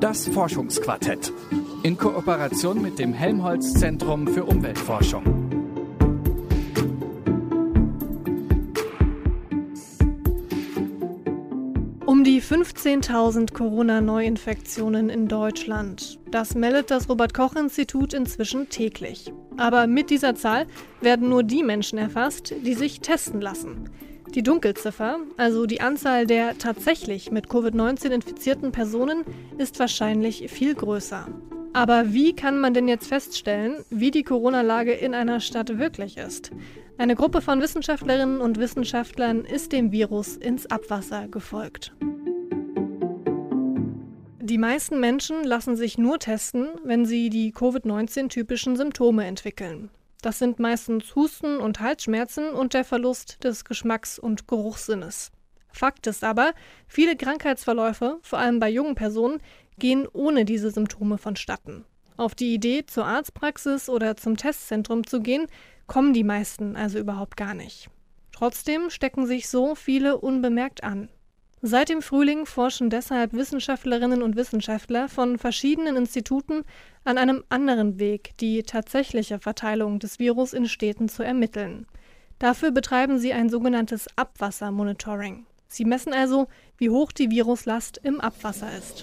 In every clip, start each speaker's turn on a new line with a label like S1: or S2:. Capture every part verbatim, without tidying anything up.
S1: Das Forschungsquartett in Kooperation mit dem Helmholtz-Zentrum für Umweltforschung.
S2: Um die fünfzehntausend Corona-Neuinfektionen in Deutschland. Das meldet das Robert-Koch-Institut inzwischen täglich. Aber mit dieser Zahl werden nur die Menschen erfasst, die sich testen lassen. Die Dunkelziffer, also die Anzahl der tatsächlich mit Covid neunzehn infizierten Personen, ist wahrscheinlich viel größer. Aber wie kann man denn jetzt feststellen, wie die Corona-Lage in einer Stadt wirklich ist? Eine Gruppe von Wissenschaftlerinnen und Wissenschaftlern ist dem Virus ins Abwasser gefolgt. Die meisten Menschen lassen sich nur testen, wenn sie die Covid neunzehn-typischen Symptome entwickeln. Das sind meistens Husten und Halsschmerzen und der Verlust des Geschmacks- und Geruchssinnes. Fakt ist aber, viele Krankheitsverläufe, vor allem bei jungen Personen, gehen ohne diese Symptome vonstatten. Auf die Idee, zur Arztpraxis oder zum Testzentrum zu gehen, kommen die meisten also überhaupt gar nicht. Trotzdem stecken sich so viele unbemerkt an. Seit dem Frühling forschen deshalb Wissenschaftlerinnen und Wissenschaftler von verschiedenen Instituten an einem anderen Weg, die tatsächliche Verteilung des Virus in Städten zu ermitteln. Dafür betreiben sie ein sogenanntes Abwassermonitoring. Sie messen also, wie hoch die Viruslast im Abwasser ist.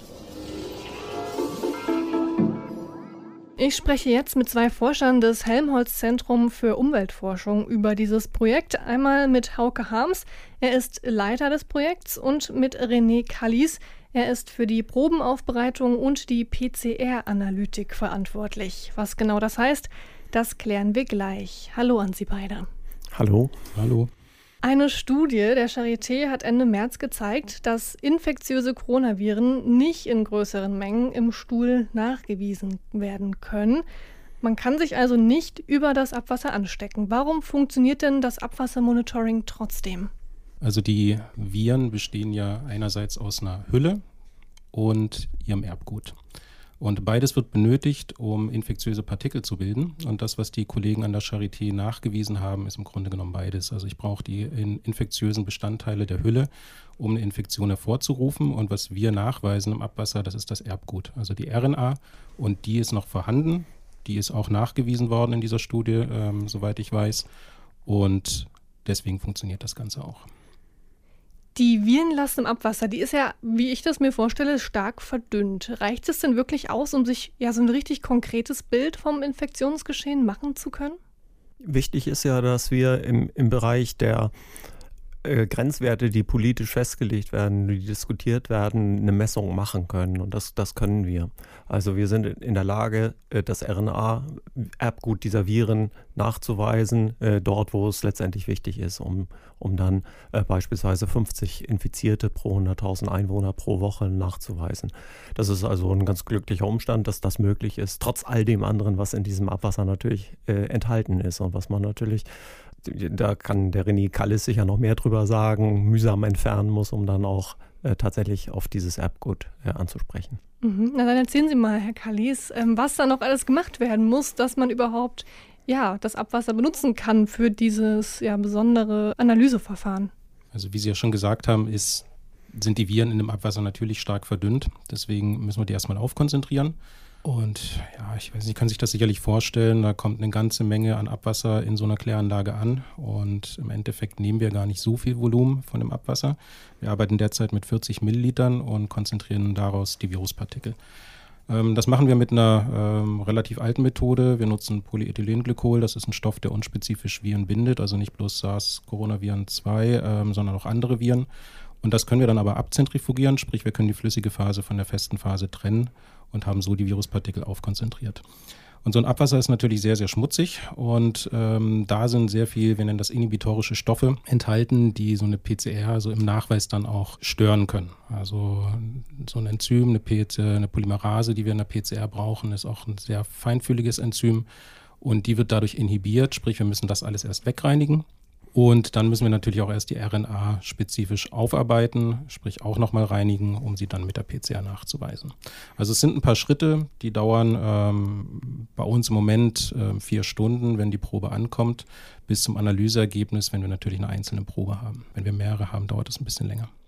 S2: Ich spreche jetzt mit zwei Forschern des Helmholtz-Zentrum für Umweltforschung über dieses Projekt. Einmal mit Hauke Harms, er ist Leiter des Projekts, und mit René Kallis, er ist für die Probenaufbereitung und die P C R-Analytik verantwortlich. Was genau das heißt, das klären wir gleich. Hallo an Sie beide.
S3: Hallo.
S4: Hallo.
S2: Eine Studie der Charité hat Ende März gezeigt, dass infektiöse Coronaviren nicht in größeren Mengen im Stuhl nachgewiesen werden können. Man kann sich also nicht über das Abwasser anstecken. Warum funktioniert denn das Abwassermonitoring trotzdem?
S4: Also die Viren bestehen ja einerseits aus einer Hülle und ihrem Erbgut. Und beides wird benötigt, um infektiöse Partikel zu bilden. Und das, was die Kollegen an der Charité nachgewiesen haben, ist im Grunde genommen beides. Also ich brauche die in infektiösen Bestandteile der Hülle, um eine Infektion hervorzurufen. Und was wir nachweisen im Abwasser, das ist das Erbgut, also die R N A. Und die ist noch vorhanden. Die ist auch nachgewiesen worden in dieser Studie, ähm, soweit ich weiß. Und deswegen funktioniert das Ganze auch.
S2: Die Virenlast im Abwasser, die ist ja, wie ich das mir vorstelle, stark verdünnt. Reicht es denn wirklich aus, um sich ja so ein richtig konkretes Bild vom Infektionsgeschehen machen zu können?
S3: Wichtig ist ja, dass wir im, im Bereich der äh, Grenzwerte, die politisch festgelegt werden, die diskutiert werden, eine Messung machen können. Und das, das können wir. Also wir sind in der Lage, das R N A-Erbgut dieser Viren nachzuweisen, äh, dort, wo es letztendlich wichtig ist, um, um dann äh, beispielsweise fünfzig Infizierte pro hunderttausend Einwohner pro Woche nachzuweisen. Das ist also ein ganz glücklicher Umstand, dass das möglich ist, trotz all dem anderen, was in diesem Abwasser natürlich äh, enthalten ist und was man natürlich, da kann der René Kallis sicher noch mehr drüber sagen, mühsam entfernen muss, um dann auch äh, tatsächlich auf dieses Erbgut äh, anzusprechen.
S2: Mhm. Na dann erzählen Sie mal, Herr Kallis, ähm, was da noch alles gemacht werden muss, dass man überhaupt ja, das Abwasser benutzen kann für dieses ja, besondere Analyseverfahren.
S4: Also wie Sie ja schon gesagt haben, ist, sind die Viren in dem Abwasser natürlich stark verdünnt. Deswegen müssen wir die erstmal aufkonzentrieren. Und ja, ich weiß nicht, Sie können sich das sicherlich vorstellen, da kommt eine ganze Menge an Abwasser in so einer Kläranlage an. Und im Endeffekt nehmen wir gar nicht so viel Volumen von dem Abwasser. Wir arbeiten derzeit mit vierzig Millilitern und konzentrieren daraus die Viruspartikel. Das machen wir mit einer ähm, relativ alten Methode. Wir nutzen Polyethylenglycol. Das ist ein Stoff, der unspezifisch Viren bindet, also nicht bloß SARS-Coronaviren zwei, ähm, sondern auch andere Viren. Und das können wir dann aber abzentrifugieren, sprich wir können die flüssige Phase von der festen Phase trennen und haben so die Viruspartikel aufkonzentriert. Und so ein Abwasser ist natürlich sehr, sehr schmutzig und ähm, da sind sehr viel, wir nennen das inhibitorische Stoffe, enthalten, die so eine P C R so im Nachweis dann auch stören können. Also so ein Enzym, eine, P C, eine Polymerase, die wir in der P C R brauchen, ist auch ein sehr feinfühliges Enzym und die wird dadurch inhibiert, sprich wir müssen das alles erst wegreinigen. Und dann müssen wir natürlich auch erst die R N A spezifisch aufarbeiten, sprich auch nochmal reinigen, um sie dann mit der P C R nachzuweisen. Also es sind ein paar Schritte, die dauern ähm, bei uns im Moment äh, vier Stunden, wenn die Probe ankommt, bis zum Analyseergebnis, wenn wir natürlich eine einzelne Probe haben. Wenn wir mehrere haben, dauert es ein bisschen länger.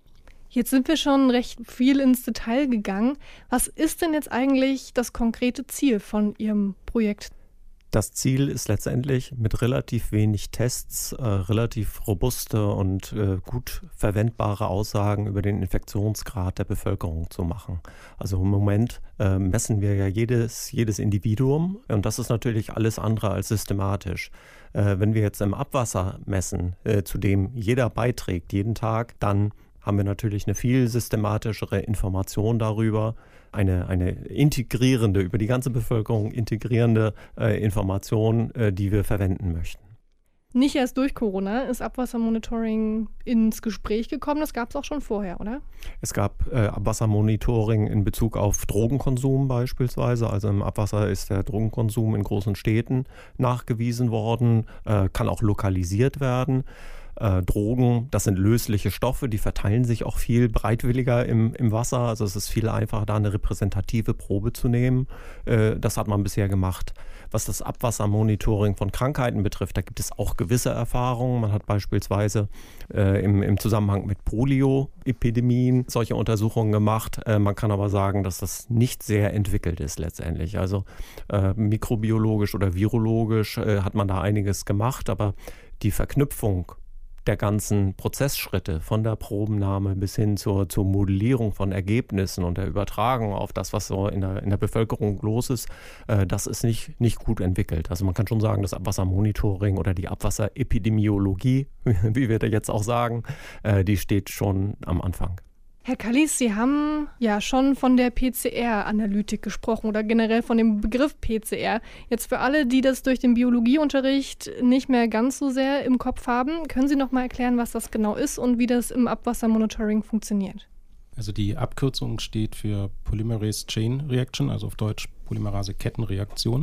S2: Jetzt sind wir schon recht viel ins Detail gegangen. Was ist denn jetzt eigentlich das konkrete Ziel von Ihrem Projekt?
S3: Das Ziel ist letztendlich, mit relativ wenig Tests äh, relativ robuste und äh, gut verwendbare Aussagen über den Infektionsgrad der Bevölkerung zu machen. Also im Moment äh, messen wir ja jedes, jedes Individuum und das ist natürlich alles andere als systematisch. Äh, wenn wir jetzt im Abwasser messen, äh, zu dem jeder beiträgt, jeden Tag, dann haben wir natürlich eine viel systematischere Information darüber, eine, eine integrierende, über die ganze Bevölkerung integrierende äh, Information, äh, die wir verwenden möchten.
S2: Nicht erst durch Corona ist Abwassermonitoring ins Gespräch gekommen, das gab es auch schon vorher, oder?
S3: Es gab äh, Abwassermonitoring in Bezug auf Drogenkonsum beispielsweise. Also im Abwasser ist der Drogenkonsum in großen Städten nachgewiesen worden, äh, kann auch lokalisiert werden. Äh, Drogen, das sind lösliche Stoffe, die verteilen sich auch viel breitwilliger im, im Wasser. Also es ist viel einfacher, da eine repräsentative Probe zu nehmen. Äh, das hat man bisher gemacht. Was das Abwassermonitoring von Krankheiten betrifft, da gibt es auch gewisse Erfahrungen. Man hat beispielsweise äh, im, im Zusammenhang mit Polio-Epidemien solche Untersuchungen gemacht. Äh, man kann aber sagen, dass das nicht sehr entwickelt ist letztendlich. Also äh, mikrobiologisch oder virologisch äh, hat man da einiges gemacht, aber die Verknüpfung der ganzen Prozessschritte von der Probennahme bis hin zur, zur Modellierung von Ergebnissen und der Übertragung auf das, was so in der, in der Bevölkerung los ist, äh, das ist nicht, nicht gut entwickelt. Also man kann schon sagen, das Abwassermonitoring oder die Abwasserepidemiologie, wie wir da jetzt auch sagen, äh, die steht schon am Anfang.
S2: Herr Kallis, Sie haben ja schon von der P C R-Analytik gesprochen oder generell von dem Begriff P C R. Jetzt für alle, die das durch den Biologieunterricht nicht mehr ganz so sehr im Kopf haben, können Sie noch mal erklären, was das genau ist und wie das im Abwassermonitoring funktioniert?
S4: Also die Abkürzung steht für Polymerase Chain Reaction, also auf Deutsch Polymerase-Kettenreaktion.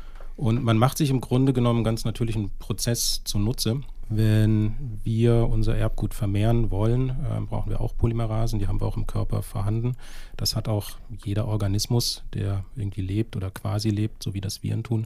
S4: Und man macht sich im Grunde genommen einen ganz natürlichen Prozess zunutze. Wenn wir unser Erbgut vermehren wollen, äh, brauchen wir auch Polymerasen, die haben wir auch im Körper vorhanden. Das hat auch jeder Organismus, der irgendwie lebt oder quasi lebt, so wie das Viren tun.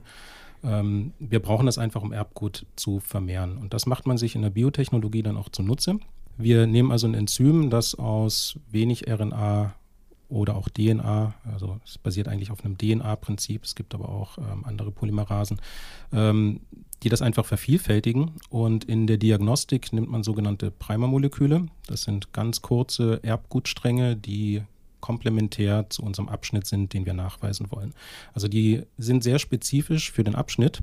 S4: Ähm, wir brauchen das einfach, um Erbgut zu vermehren. Und das macht man sich in der Biotechnologie dann auch zunutze. Wir nehmen also ein Enzym, das aus wenig R N A oder auch D N A, also es basiert eigentlich auf einem D N A-Prinzip, es gibt aber auch ähm, andere Polymerasen, ähm, die das einfach vervielfältigen. Und in der Diagnostik nimmt man sogenannte Primermoleküle. Das sind ganz kurze Erbgutstränge, die komplementär zu unserem Abschnitt sind, den wir nachweisen wollen. Also die sind sehr spezifisch für den Abschnitt.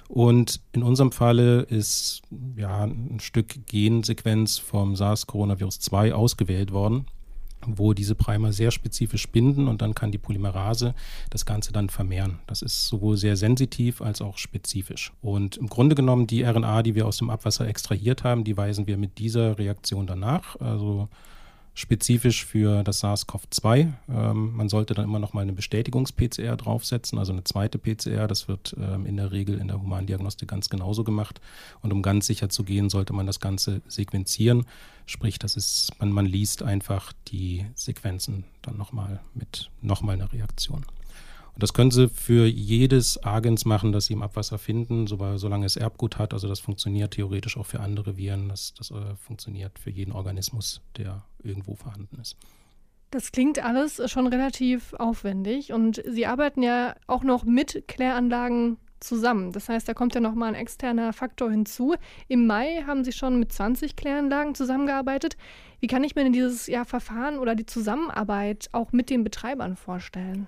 S4: Und in unserem Falle ist ja ein Stück Gensequenz vom SARS-Coronavirus zwei ausgewählt worden, wo diese Primer sehr spezifisch binden und dann kann die Polymerase das Ganze dann vermehren. Das ist sowohl sehr sensitiv als auch spezifisch. Und im Grunde genommen die R N A, die wir aus dem Abwasser extrahiert haben, die weisen wir mit dieser Reaktion danach. Also spezifisch für das SARS-C o V zwei. Ähm, man sollte dann immer noch mal eine Bestätigungs-P C R draufsetzen, also eine zweite P C R. Das wird ähm, in der Regel in der Humandiagnostik ganz genauso gemacht. Und um ganz sicher zu gehen, sollte man das Ganze sequenzieren. Sprich, das ist, man, man liest einfach die Sequenzen dann nochmal mit nochmal einer Reaktion. Und das können Sie für jedes Agens machen, das Sie im Abwasser finden, so, solange es Erbgut hat. Also das funktioniert theoretisch auch für andere Viren. Das, das äh, funktioniert für jeden Organismus, der irgendwo vorhanden ist.
S2: Das klingt alles schon relativ aufwendig und Sie arbeiten ja auch noch mit Kläranlagen zusammen. Das heißt, da kommt ja nochmal ein externer Faktor hinzu. Im Mai haben Sie schon mit zwanzig Kläranlagen zusammengearbeitet. Wie kann ich mir denn dieses ja, Verfahren oder die Zusammenarbeit auch mit den Betreibern vorstellen?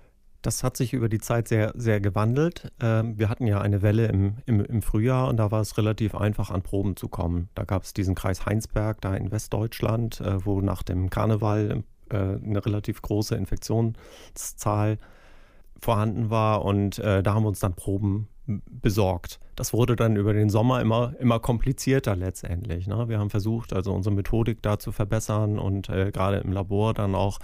S3: Das hat sich über die Zeit sehr, sehr gewandelt. Wir hatten ja eine Welle im, im, im Frühjahr und da war es relativ einfach, an Proben zu kommen. Da gab es diesen Kreis Heinsberg da in Westdeutschland, wo nach dem Karneval eine relativ große Infektionszahl vorhanden war und da haben wir uns dann Proben besorgt. Das wurde dann über den Sommer immer, immer komplizierter letztendlich. Ne? Wir haben versucht, also unsere Methodik da zu verbessern und gerade im Labor dann auch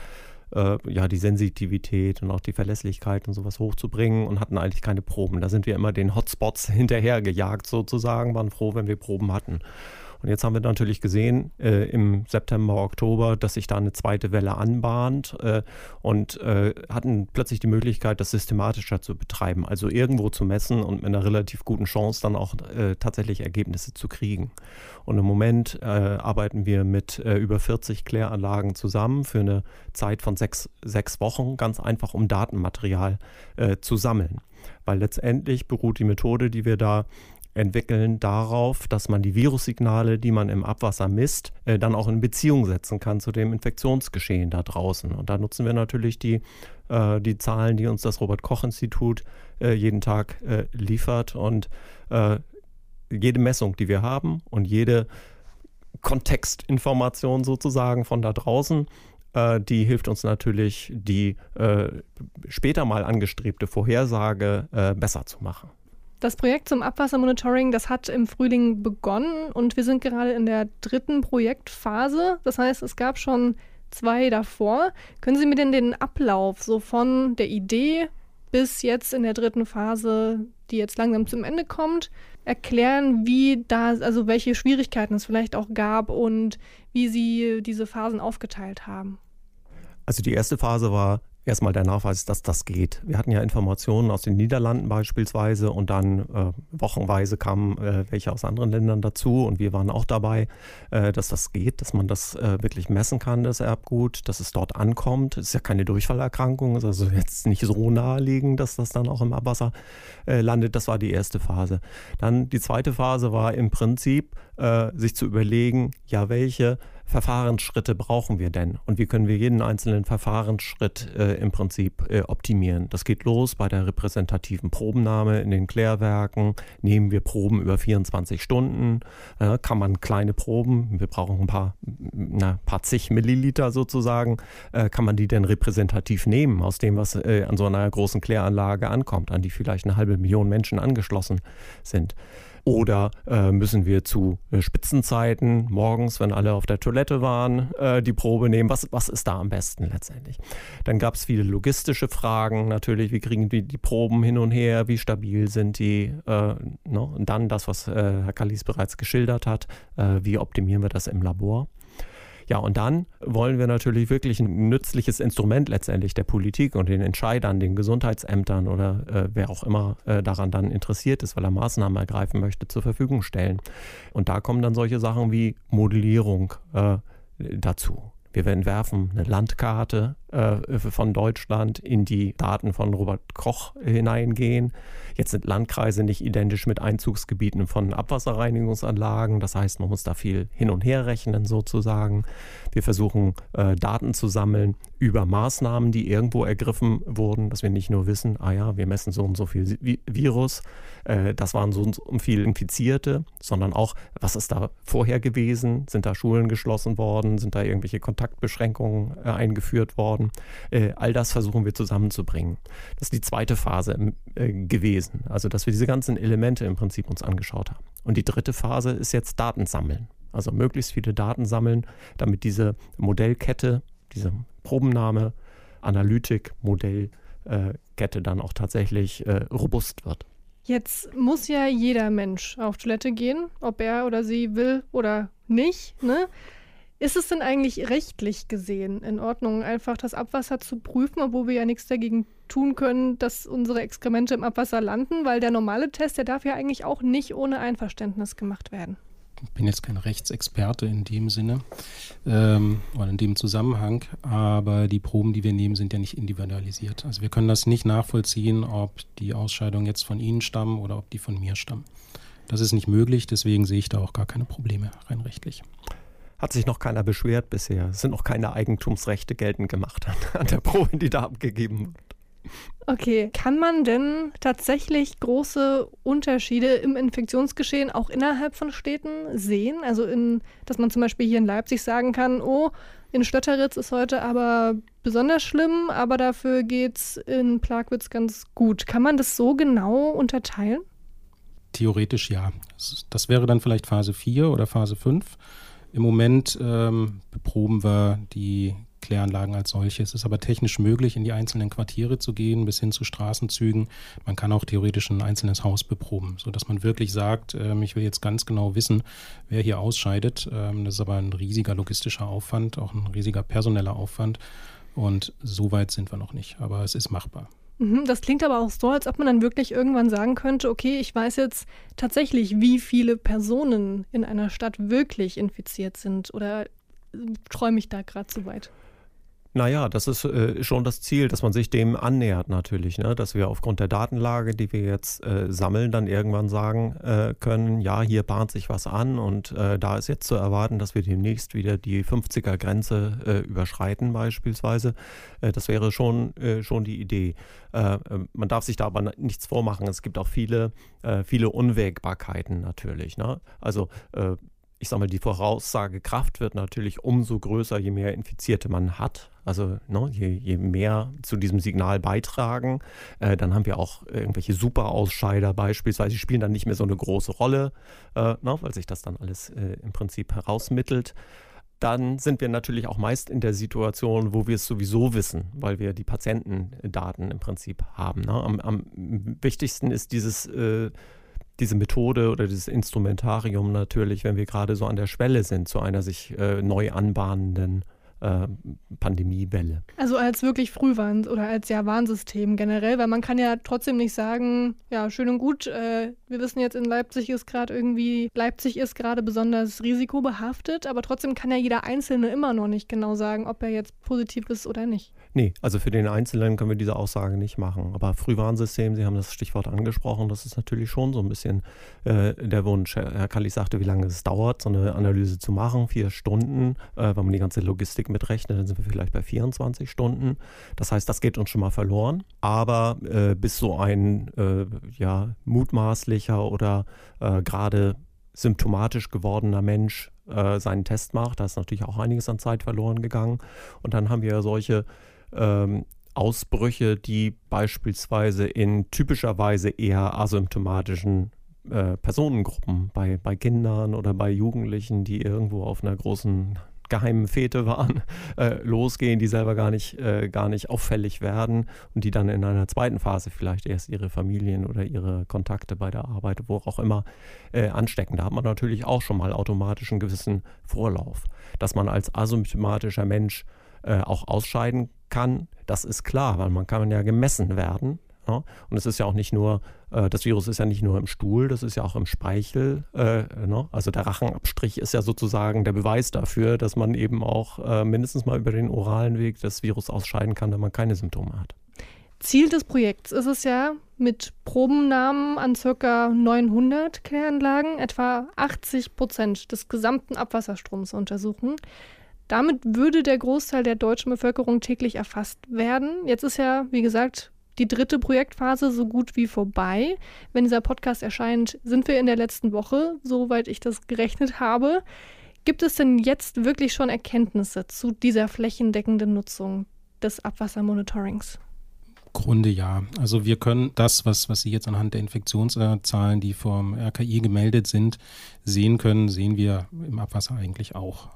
S3: ja, die Sensitivität und auch die Verlässlichkeit und sowas hochzubringen und hatten eigentlich keine Proben. Da sind wir immer den Hotspots hinterhergejagt sozusagen, waren froh, wenn wir Proben hatten. Und jetzt haben wir natürlich gesehen äh, im September, Oktober, dass sich da eine zweite Welle anbahnt äh, und äh, hatten plötzlich die Möglichkeit, das systematischer zu betreiben, also irgendwo zu messen und mit einer relativ guten Chance dann auch äh, tatsächlich Ergebnisse zu kriegen. Und im Moment äh, arbeiten wir mit äh, über vierzig Kläranlagen zusammen für eine Zeit von sechs, sechs Wochen, ganz einfach um Datenmaterial äh, zu sammeln. Weil letztendlich beruht die Methode, die wir da entwickeln, darauf, dass man die Virussignale, die man im Abwasser misst, äh, dann auch in Beziehung setzen kann zu dem Infektionsgeschehen da draußen. Und da nutzen wir natürlich die, äh, die Zahlen, die uns das Robert-Koch-Institut äh, jeden Tag äh, liefert. Und äh, jede Messung, die wir haben und jede Kontextinformation sozusagen von da draußen, äh, die hilft uns natürlich, die äh, später mal angestrebte Vorhersage äh, besser zu machen.
S2: Das Projekt zum Abwassermonitoring, das hat im Frühling begonnen und wir sind gerade in der dritten Projektphase. Das heißt, es gab schon zwei davor. Können Sie mir denn den Ablauf so von der Idee bis jetzt in der dritten Phase, die jetzt langsam zum Ende kommt, erklären, wie da, also welche Schwierigkeiten es vielleicht auch gab und wie Sie diese Phasen aufgeteilt haben?
S3: Also die erste Phase war erstmal der Nachweis, dass das geht. Wir hatten ja Informationen aus den Niederlanden beispielsweise und dann äh, wochenweise kamen äh, welche aus anderen Ländern dazu und wir waren auch dabei, äh, dass das geht, dass man das äh, wirklich messen kann, das Erbgut, dass es dort ankommt. Es ist ja keine Durchfallerkrankung, ist also jetzt nicht so naheliegend, dass das dann auch im Abwasser äh, landet. Das war die erste Phase. Dann die zweite Phase war im Prinzip, äh, sich zu überlegen, ja, welche Verfahrensschritte brauchen wir denn? Und wie können wir jeden einzelnen Verfahrensschritt äh, im Prinzip äh, optimieren? Das geht los bei der repräsentativen Probennahme in den Klärwerken. Nehmen wir Proben über vierundzwanzig Stunden? Äh, kann man kleine Proben, wir brauchen ein paar, na, paar zig Milliliter sozusagen, äh, kann man die denn repräsentativ nehmen aus dem, was äh, an so einer großen Kläranlage ankommt, an die vielleicht eine halbe Million Menschen angeschlossen sind? Oder äh, müssen wir zu äh, Spitzenzeiten morgens, wenn alle auf der Toilette waren, äh, die Probe nehmen? Was, was ist da am besten letztendlich? Dann gab es viele logistische Fragen natürlich. Wie kriegen wir die Proben hin und her? Wie stabil sind die? Äh, no? Und dann das, was äh, Herr Kallis bereits geschildert hat. Äh, wie optimieren wir das im Labor? Ja, und dann wollen wir natürlich wirklich ein nützliches Instrument letztendlich der Politik und den Entscheidern, den Gesundheitsämtern oder äh, wer auch immer äh, daran dann interessiert ist, weil er Maßnahmen ergreifen möchte, zur Verfügung stellen. Und da kommen dann solche Sachen wie Modellierung äh, dazu. Wir entwerfen eine Landkarte äh, von Deutschland, in die Daten von Robert Koch hineingehen. Jetzt sind Landkreise nicht identisch mit Einzugsgebieten von Abwasserreinigungsanlagen. Das heißt, man muss da viel hin und her rechnen sozusagen. Wir versuchen, äh, Daten zu sammeln über Maßnahmen, die irgendwo ergriffen wurden, dass wir nicht nur wissen, ah ja, wir messen so und so viel Vi- Virus, äh, das waren so und so viel Infizierte, sondern auch, was ist da vorher gewesen? Sind da Schulen geschlossen worden? Sind da irgendwelche Kontaktbeschränkungen äh, eingeführt worden? Äh, all das versuchen wir zusammenzubringen. Das ist die zweite Phase äh, gewesen, also dass wir diese ganzen Elemente im Prinzip uns angeschaut haben. Und die dritte Phase ist jetzt Daten sammeln. Also möglichst viele Daten sammeln, damit diese Modellkette, diese Probennahme, Analytik, Modellkette dann auch tatsächlich äh, robust wird.
S2: Jetzt muss ja jeder Mensch auf Toilette gehen, ob er oder sie will oder nicht, ne? Ist es denn eigentlich rechtlich gesehen in Ordnung, einfach das Abwasser zu prüfen, obwohl wir ja nichts dagegen tun können, dass unsere Exkremente im Abwasser landen? Weil der normale Test, der darf ja eigentlich auch nicht ohne Einverständnis gemacht werden.
S4: Ich bin jetzt kein Rechtsexperte in dem Sinne ähm, oder in dem Zusammenhang, aber die Proben, die wir nehmen, sind ja nicht individualisiert. Also wir können das nicht nachvollziehen, ob die Ausscheidungen jetzt von Ihnen stammen oder ob die von mir stammen. Das ist nicht möglich, deswegen sehe ich da auch gar keine Probleme rein rechtlich.
S3: Hat sich noch keiner beschwert bisher. Es sind noch keine Eigentumsrechte geltend gemacht an, an der Probe, die da abgegeben wird.
S2: Okay, kann man denn tatsächlich große Unterschiede im Infektionsgeschehen auch innerhalb von Städten sehen? Also, in, dass man zum Beispiel hier in Leipzig sagen kann, oh, in Stötteritz ist heute aber besonders schlimm, aber dafür geht's in Plagwitz ganz gut. Kann man das so genau unterteilen?
S4: Theoretisch ja. Das wäre dann vielleicht Phase vier oder Phase fünf. Im Moment ähm, beproben wir die Kläranlagen als solche. Es ist aber technisch möglich, in die einzelnen Quartiere zu gehen, bis hin zu Straßenzügen. Man kann auch theoretisch ein einzelnes Haus beproben, sodass man wirklich sagt, ähm, ich will jetzt ganz genau wissen, wer hier ausscheidet. Ähm, das ist aber ein riesiger logistischer Aufwand, auch ein riesiger personeller Aufwand. Und so weit sind wir noch nicht, aber es ist machbar.
S2: Das klingt aber auch so, als ob man dann wirklich irgendwann sagen könnte, okay, ich weiß jetzt tatsächlich, wie viele Personen in einer Stadt wirklich infiziert sind. Oder träume ich da gerade zu weit?
S3: Naja, das ist äh, schon das Ziel, dass man sich dem annähert natürlich, ne? Dass wir aufgrund der Datenlage, die wir jetzt äh, sammeln, dann irgendwann sagen äh, können, ja, hier bahnt sich was an und äh, da ist jetzt zu erwarten, dass wir demnächst wieder die fünfziger-Grenze äh, überschreiten beispielsweise. Äh, das wäre schon, äh, schon die Idee. Äh, man darf sich da aber nichts vormachen. Es gibt auch viele, äh, viele Unwägbarkeiten natürlich, ne? Also äh, ich sage mal, die Voraussagekraft wird natürlich umso größer, je mehr Infizierte man hat. Also ne, je, je mehr zu diesem Signal beitragen, äh, dann haben wir auch irgendwelche Superausscheider beispielsweise, die spielen dann nicht mehr so eine große Rolle, äh, ne, weil sich das dann alles äh, im Prinzip herausmittelt. Dann sind wir natürlich auch meist in der Situation, wo wir es sowieso wissen, weil wir die Patientendaten im Prinzip haben. Ne? Am, am wichtigsten ist dieses äh, diese Methode oder dieses Instrumentarium natürlich, wenn wir gerade so an der Schwelle sind zu einer sich äh, neu anbahnenden äh, Pandemiewelle.
S2: Also als wirklich Frühwarn- oder als ja Warnsystem generell, weil man kann ja trotzdem nicht sagen, ja, schön und gut, äh, wir wissen jetzt in Leipzig ist gerade irgendwie, Leipzig ist gerade besonders risikobehaftet, aber trotzdem kann ja jeder Einzelne immer noch nicht genau sagen, ob er jetzt positiv ist oder nicht.
S3: Nee, also für den Einzelnen können wir diese Aussage nicht machen. Aber Frühwarnsystem, Sie haben das Stichwort angesprochen, das ist natürlich schon so ein bisschen äh, der Wunsch. Herr Kallich sagte, wie lange es dauert, so eine Analyse zu machen. Vier Stunden, äh, wenn man die ganze Logistik mitrechnet, dann sind wir vielleicht bei vierundzwanzig Stunden. Das heißt, das geht uns schon mal verloren. Aber äh, bis so ein äh, ja, mutmaßlicher oder äh, gerade symptomatisch gewordener Mensch äh, seinen Test macht, da ist natürlich auch einiges an Zeit verloren gegangen. Und dann haben wir ja solche Ähm, Ausbrüche, die beispielsweise in typischerweise eher asymptomatischen äh, Personengruppen, bei, bei Kindern oder bei Jugendlichen, die irgendwo auf einer großen geheimen Fete waren, äh, losgehen, die selber gar nicht, äh, gar nicht auffällig werden und die dann in einer zweiten Phase vielleicht erst ihre Familien oder ihre Kontakte bei der Arbeit, wo auch immer, äh, anstecken. Da hat man natürlich auch schon mal automatisch einen gewissen Vorlauf. Dass man als asymptomatischer Mensch äh, auch ausscheiden kann, das ist klar, weil man kann ja gemessen werden. Ja? Und es ist ja auch nicht nur, äh, das Virus ist ja nicht nur im Stuhl, das ist ja auch im Speichel. Äh, ne? Also der Rachenabstrich ist ja sozusagen der Beweis dafür, dass man eben auch äh, mindestens mal über den oralen Weg das Virus ausscheiden kann, wenn man keine Symptome hat.
S2: Ziel des Projekts ist es ja, mit Probennahmen an ca. neunhundert Kläranlagen etwa achtzig Prozent des gesamten Abwasserstroms zu untersuchen. Damit würde der Großteil der deutschen Bevölkerung täglich erfasst werden. Jetzt ist ja, wie gesagt, die dritte Projektphase so gut wie vorbei. Wenn dieser Podcast erscheint, sind wir in der letzten Woche, soweit ich das gerechnet habe. Gibt es denn jetzt wirklich schon Erkenntnisse zu dieser flächendeckenden Nutzung des Abwassermonitorings?
S4: Grunde ja. Also wir können das, was, was Sie jetzt anhand der Infektionszahlen, die vom R K I gemeldet sind, sehen können, sehen wir im Abwasser eigentlich auch.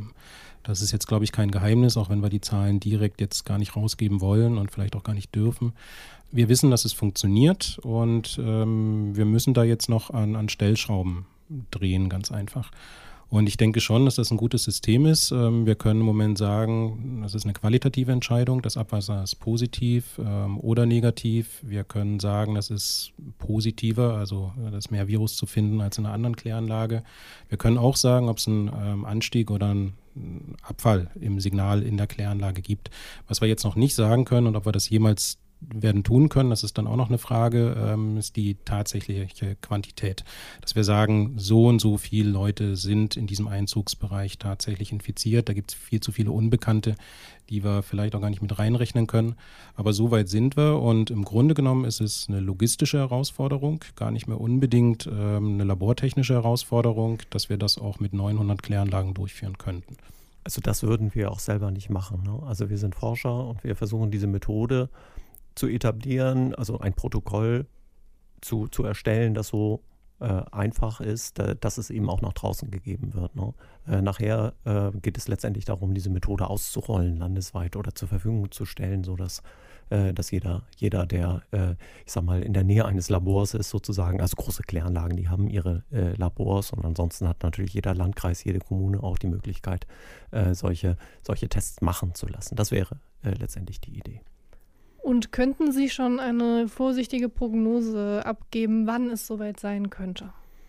S4: Das ist jetzt, glaube ich, kein Geheimnis, auch wenn wir die Zahlen direkt jetzt gar nicht rausgeben wollen und vielleicht auch gar nicht dürfen. Wir wissen, dass es funktioniert und ähm, wir müssen da jetzt noch an, an Stellschrauben drehen, ganz einfach. Und ich denke schon, dass das ein gutes System ist. Wir können im Moment sagen, das ist eine qualitative Entscheidung. Das Abwasser ist positiv ähm, oder negativ. Wir können sagen, das ist positiver, also da ist mehr Virus zu finden als in einer anderen Kläranlage. Wir können auch sagen, ob es einen ähm, Anstieg oder einen Abfall im Signal in der Kläranlage gibt. Was wir jetzt noch nicht sagen können und ob wir das jemals werden tun können, das ist dann auch noch eine Frage, ähm, ist die tatsächliche Quantität. Dass wir sagen, so und so viele Leute sind in diesem Einzugsbereich tatsächlich infiziert. Da gibt es viel zu viele Unbekannte, die wir vielleicht auch gar nicht mit reinrechnen können. Aber so weit sind wir und im Grunde genommen ist es eine logistische Herausforderung, gar nicht mehr unbedingt ähm, eine labortechnische Herausforderung, dass wir das auch mit neunhundert Kläranlagen durchführen könnten.
S3: Also das würden wir auch selber nicht machen, ne? Also wir sind Forscher und wir versuchen diese Methode zu etablieren, also ein Protokoll zu, zu erstellen, das so äh, einfach ist, äh, dass es eben auch nach draußen gegeben wird. Ne? Äh, nachher äh, geht es letztendlich darum, diese Methode auszurollen landesweit oder zur Verfügung zu stellen, sodass äh, dass jeder, jeder, der, äh, ich sag mal, in der Nähe eines Labors ist sozusagen, also große Kläranlagen, die haben ihre äh, Labors und ansonsten hat natürlich jeder Landkreis, jede Kommune auch die Möglichkeit, äh, solche, solche Tests machen zu lassen. Das wäre äh, letztendlich die Idee.
S2: Und könnten Sie schon eine vorsichtige Prognose abgeben, wann es soweit sein könnte?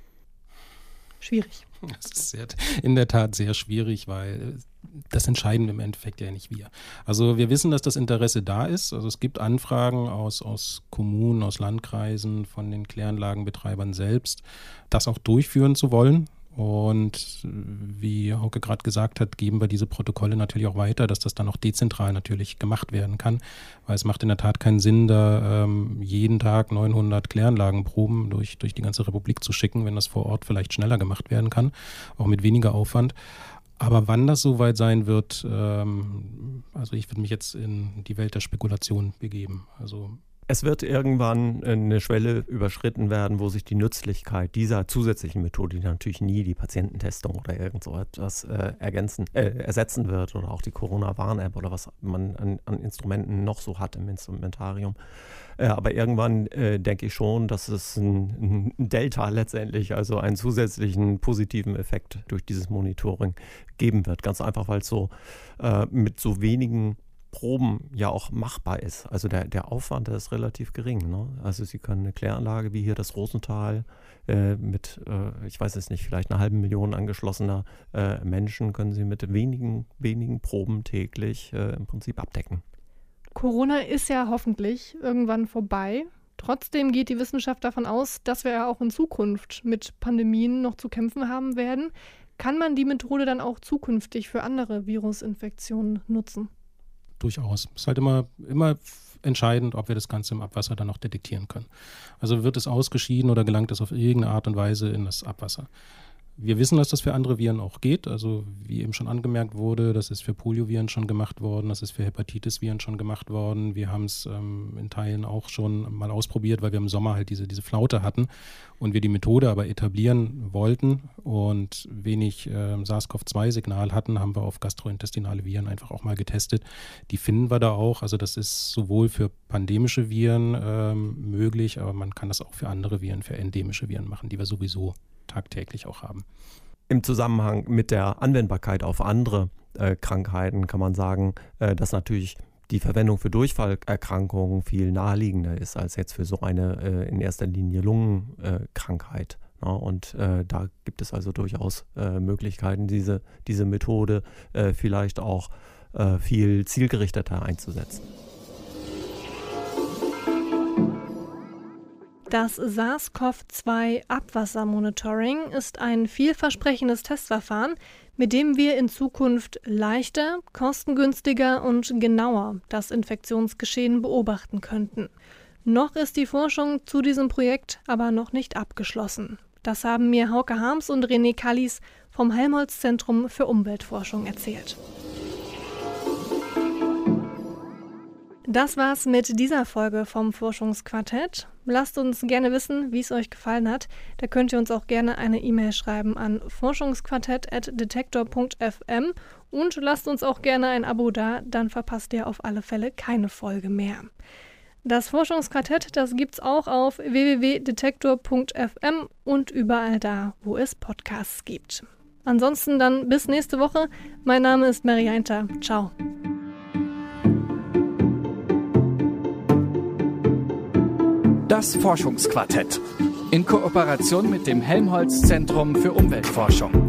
S2: Schwierig.
S4: Das ist sehr, in der Tat sehr schwierig, weil das entscheiden im Endeffekt ja nicht wir. Also wir wissen, dass das Interesse da ist. Also es gibt Anfragen aus, aus Kommunen, aus Landkreisen, von den Kläranlagenbetreibern selbst, das auch durchführen zu wollen. Und wie Hauke gerade gesagt hat, geben wir diese Protokolle natürlich auch weiter, dass das dann auch dezentral natürlich gemacht werden kann, weil es macht in der Tat keinen Sinn, da ähm, jeden Tag neunhundert Kläranlagenproben durch, durch die ganze Republik zu schicken, wenn das vor Ort vielleicht schneller gemacht werden kann, auch mit weniger Aufwand. Aber wann das soweit sein wird, ähm, also ich würde mich jetzt in die Welt der Spekulation begeben. Also
S3: es wird irgendwann eine Schwelle überschritten werden, wo sich die Nützlichkeit dieser zusätzlichen Methode, die natürlich nie die Patiententestung oder irgend so etwas äh, ergänzen, äh, ersetzen wird oder auch die Corona-Warn-App oder was man an, an Instrumenten noch so hat im Instrumentarium. Äh, aber irgendwann äh, denke ich schon, dass es ein, ein Delta letztendlich, also einen zusätzlichen positiven Effekt durch dieses Monitoring geben wird. Ganz einfach, weil es so äh, mit so wenigen Proben ja auch machbar ist. Also der, der Aufwand, der ist relativ gering. Ne? Also Sie können eine Kläranlage wie hier das Rosenthal äh, mit, äh, ich weiß es nicht, vielleicht einer halben Million angeschlossener äh, Menschen können Sie mit wenigen, wenigen Proben täglich äh, im Prinzip abdecken.
S2: Corona ist ja hoffentlich irgendwann vorbei. Trotzdem geht die Wissenschaft davon aus, dass wir ja auch in Zukunft mit Pandemien noch zu kämpfen haben werden. Kann man die Methode dann auch zukünftig für andere Virusinfektionen nutzen?
S4: Durchaus. Es ist halt immer, immer entscheidend, ob wir das Ganze im Abwasser dann noch detektieren können. Also wird es ausgeschieden oder gelangt es auf irgendeine Art und Weise in das Abwasser. Wir wissen, dass das für andere Viren auch geht. Also wie eben schon angemerkt wurde, das ist für Polioviren schon gemacht worden, das ist für Hepatitis-Viren schon gemacht worden. Wir haben es ähm, in Teilen auch schon mal ausprobiert, weil wir im Sommer halt diese, diese Flaute hatten und wir die Methode aber etablieren wollten und wenig äh, SARS-C o V zwei Signal hatten, haben wir auf gastrointestinale Viren einfach auch mal getestet. Die finden wir da auch. Also das ist sowohl für pandemische Viren ähm, möglich, aber man kann das auch für andere Viren, für endemische Viren machen, die wir sowieso tagtäglich auch haben.
S3: Im Zusammenhang mit der Anwendbarkeit auf andere äh, Krankheiten kann man sagen, äh, dass natürlich die Verwendung für Durchfallerkrankungen viel naheliegender ist als jetzt für so eine äh, in erster Linie Lungenkrankheit. Äh, ja, und äh, da gibt es also durchaus äh, Möglichkeiten, diese, diese Methode äh, vielleicht auch äh, viel zielgerichteter einzusetzen.
S2: Das SARS-C o V zwei Abwassermonitoring ist ein vielversprechendes Testverfahren, mit dem wir in Zukunft leichter, kostengünstiger und genauer das Infektionsgeschehen beobachten könnten. Noch ist die Forschung zu diesem Projekt aber noch nicht abgeschlossen. Das haben mir Hauke Harms und René Kallis vom Helmholtz-Zentrum für Umweltforschung erzählt. Das war's mit dieser Folge vom Forschungsquartett. Lasst uns gerne wissen, wie es euch gefallen hat. Da könnt ihr uns auch gerne eine E-Mail schreiben an forschungsquartett at detektor punkt f m und lasst uns auch gerne ein Abo da, dann verpasst ihr auf alle Fälle keine Folge mehr. Das Forschungsquartett, das gibt's auch auf w w w punkt detektor punkt f m und überall da, wo es Podcasts gibt. Ansonsten dann bis nächste Woche. Mein Name ist Marianta. Ciao.
S1: Das Forschungsquartett in Kooperation mit dem Helmholtz Zentrum für Umweltforschung.